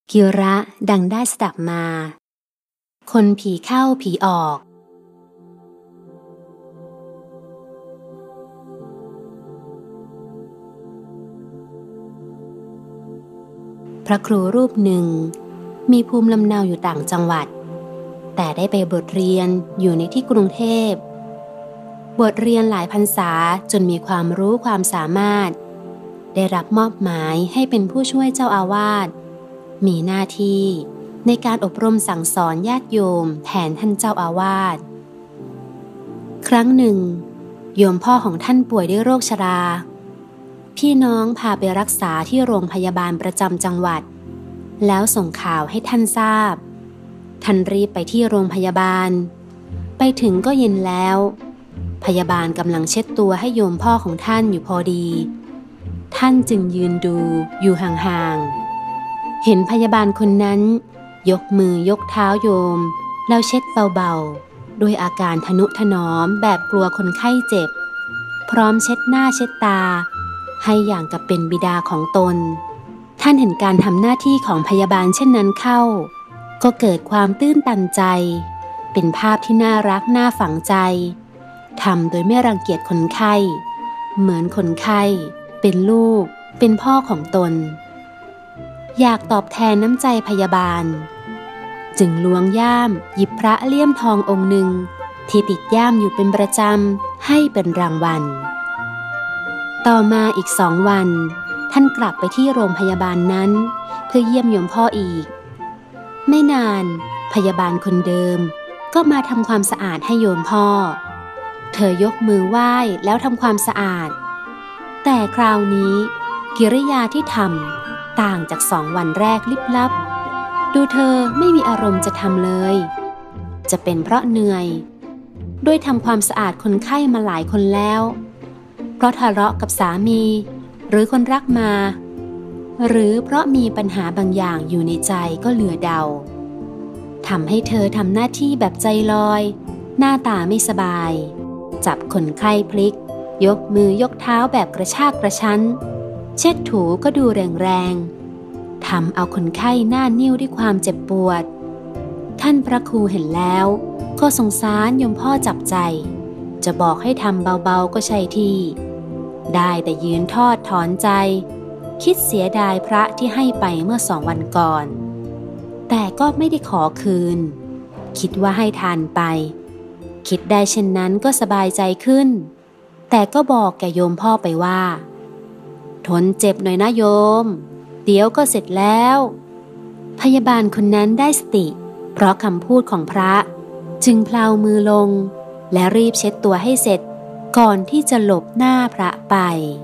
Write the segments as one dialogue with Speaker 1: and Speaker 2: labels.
Speaker 1: กิระดังได้สดับมาคนผีเข้าผีออกพระครูรูปหนึ่งมีภูมิลำเนาอยู่ต่างจังหวัดแต่ได้ไปบวชเรียนอยู่ในที่กรุงเทพบวชเรียนหลายพรรษาจนมีความรู้ความสามารถได้รับมอบหมายให้เป็นผู้ช่วยเจ้าอาวาสมีหน้าที่ในการอบรมสั่งสอนญาติโยมแทนท่านเจ้าอาวาสครั้งหนึ่งโยมพ่อของท่านป่วยด้วยโรคชราพี่น้องพาไปรักษาที่โรงพยาบาลประจำจังหวัดแล้วส่งข่าวให้ท่านทราบท่านรีบไปที่โรงพยาบาลไปถึงก็เย็นแล้วพยาบาลกำลังเช็ดตัวให้โยมพ่อของท่านอยู่พอดีท่านจึงยืนดูอยู่ห่างๆเห็นพยาบาลคนนั้นยกมือยกเท้าโยมแล้วเช็ดเบาๆด้วยอาการทนุถนอมแบบกลัวคนไข้เจ็บพร้อมเช็ดหน้าเช็ดตาให้อย่างกับเป็นบิดาของตนท่านเห็นการทำหน้าที่ของพยาบาลเช่นนั้นเข้าก็เกิดความตื้นตันใจเป็นภาพที่น่ารักน่าฝังใจทำโดยไม่รังเกียจคนไข้เหมือนคนไข้เป็นลูกเป็นพ่อของตนอยากตอบแทนน้ำใจพยาบาลจึงล้วงย่ามหยิบพระเลี่ยมทององค์หนึ่งที่ติดย่ามอยู่เป็นประจำให้เป็นรางวัลต่อมาอีก2 วันท่านกลับไปที่โรงพยาบาลนั้นเพื่อเยี่ยมโยมพ่ออีกไม่นานพยาบาลคนเดิมก็มาทำความสะอาดให้โยมพ่อเธอยกมือไหว้แล้วทำความสะอาดแต่คราวนี้กิริยาที่ทำต่างจาก2 วันแรกลิบลับดูเธอไม่มีอารมณ์จะทำเลยจะเป็นเพราะเหนื่อยด้วยทำความสะอาดคนไข้มาหลายคนแล้วเพราะทะเลาะกับสามีหรือคนรักมาหรือเพราะมีปัญหาบางอย่างอยู่ในใจก็เหลือเดาทำให้เธอทำหน้าที่แบบใจลอยหน้าตาไม่สบายจับคนไข้พลิกยกมือยกเท้าแบบกระชากกระชั้นเช็ดถูก็ดูแรงๆทำเอาคนไข้หน้านิ้วด้วยความเจ็บปวดท่านพระครูเห็นแล้วก็สงสารโยมพ่อจับใจจะบอกให้ทำเบาๆก็ใช่ที่ได้แต่ยืนทอดถอนใจคิดเสียดายพระที่ให้ไปเมื่อ2 วันก่อนแต่ก็ไม่ได้ขอคืนคิดว่าให้ทานไปคิดได้เช่นนั้นก็สบายใจขึ้นแต่ก็บอกแกโยมพ่อไปว่าทนเจ็บหน่อยนะโยมเดี๋ยวก็เสร็จแล้วพยาบาลคนนั้นได้สติเพราะคำพูดของพระจึงเพลามือลงและรีบเช็ดตัวให้เสร็จก่อนที่จะหลบหน้าพระไป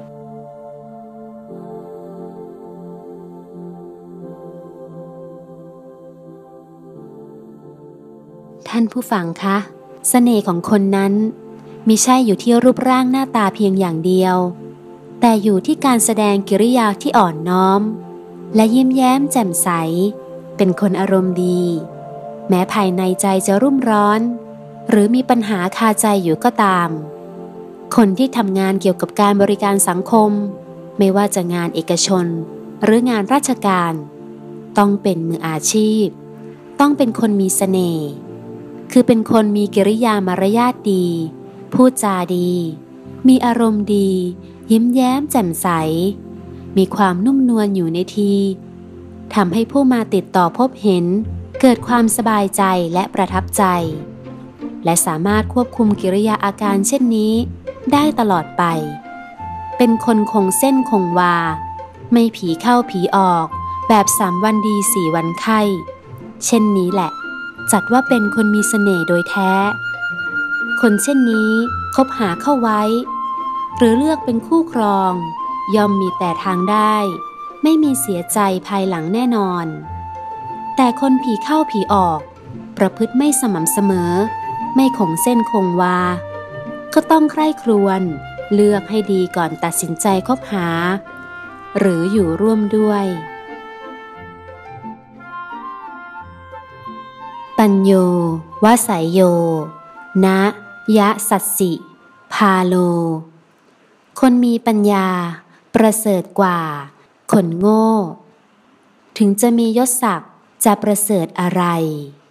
Speaker 1: ท่านผู้ฟังคะเสน่ห์ของคนนั้นมิใช่อยู่ที่รูปร่างหน้าตาเพียงอย่างเดียวแต่อยู่ที่การแสดงกิริยาที่อ่อนน้อมและยิ้มแย้มแจ่มใสเป็นคนอารมณ์ดีแม้ภายในใจจะรุ่มร้อนหรือมีปัญหาคาใจอยู่ก็ตามคนที่ทำงานเกี่ยวกับการบริการสังคมไม่ว่าจะงานเอกชนหรืองานราชการต้องเป็นมืออาชีพต้องเป็นคนมีเสน่ห์คือเป็นคนมีกิริยามารยาทดีพูดจาดีมีอารมณ์ดียิ้มแย้มแจ่มใสมีความนุ่มนวลอยู่ในทีทำให้ผู้มาติดต่อพบเห็นเกิดความสบายใจและประทับใจและสามารถควบคุมกิริยาอาการเช่นนี้ได้ตลอดไปเป็นคนคงเส้นคงวาไม่ผีเข้าผีออกแบบ3 วันดี4 วันไข้เช่นนี้แหละจัดว่าเป็นคนมีเสน่ห์โดยแท้คนเช่นนี้คบหาเข้าไว้หรือเลือกเป็นคู่ครองย่อมมีแต่ทางได้ไม่มีเสียใจภายหลังแน่นอนแต่คนผีเข้าผีออกประพฤติไม่สม่ำเสมอไม่คงเส้นคงวาก็ต้องใคร่ครวญเลือกให้ดีก่อนตัดสินใจคบหาหรืออยู่ร่วมด้วยปัญโยวสัยโยนะยะสัสสิพาโลคนมีปัญญาประเสริฐกว่าคนโง่ถึงจะมียศศักดิ์จะประเสริฐอะไร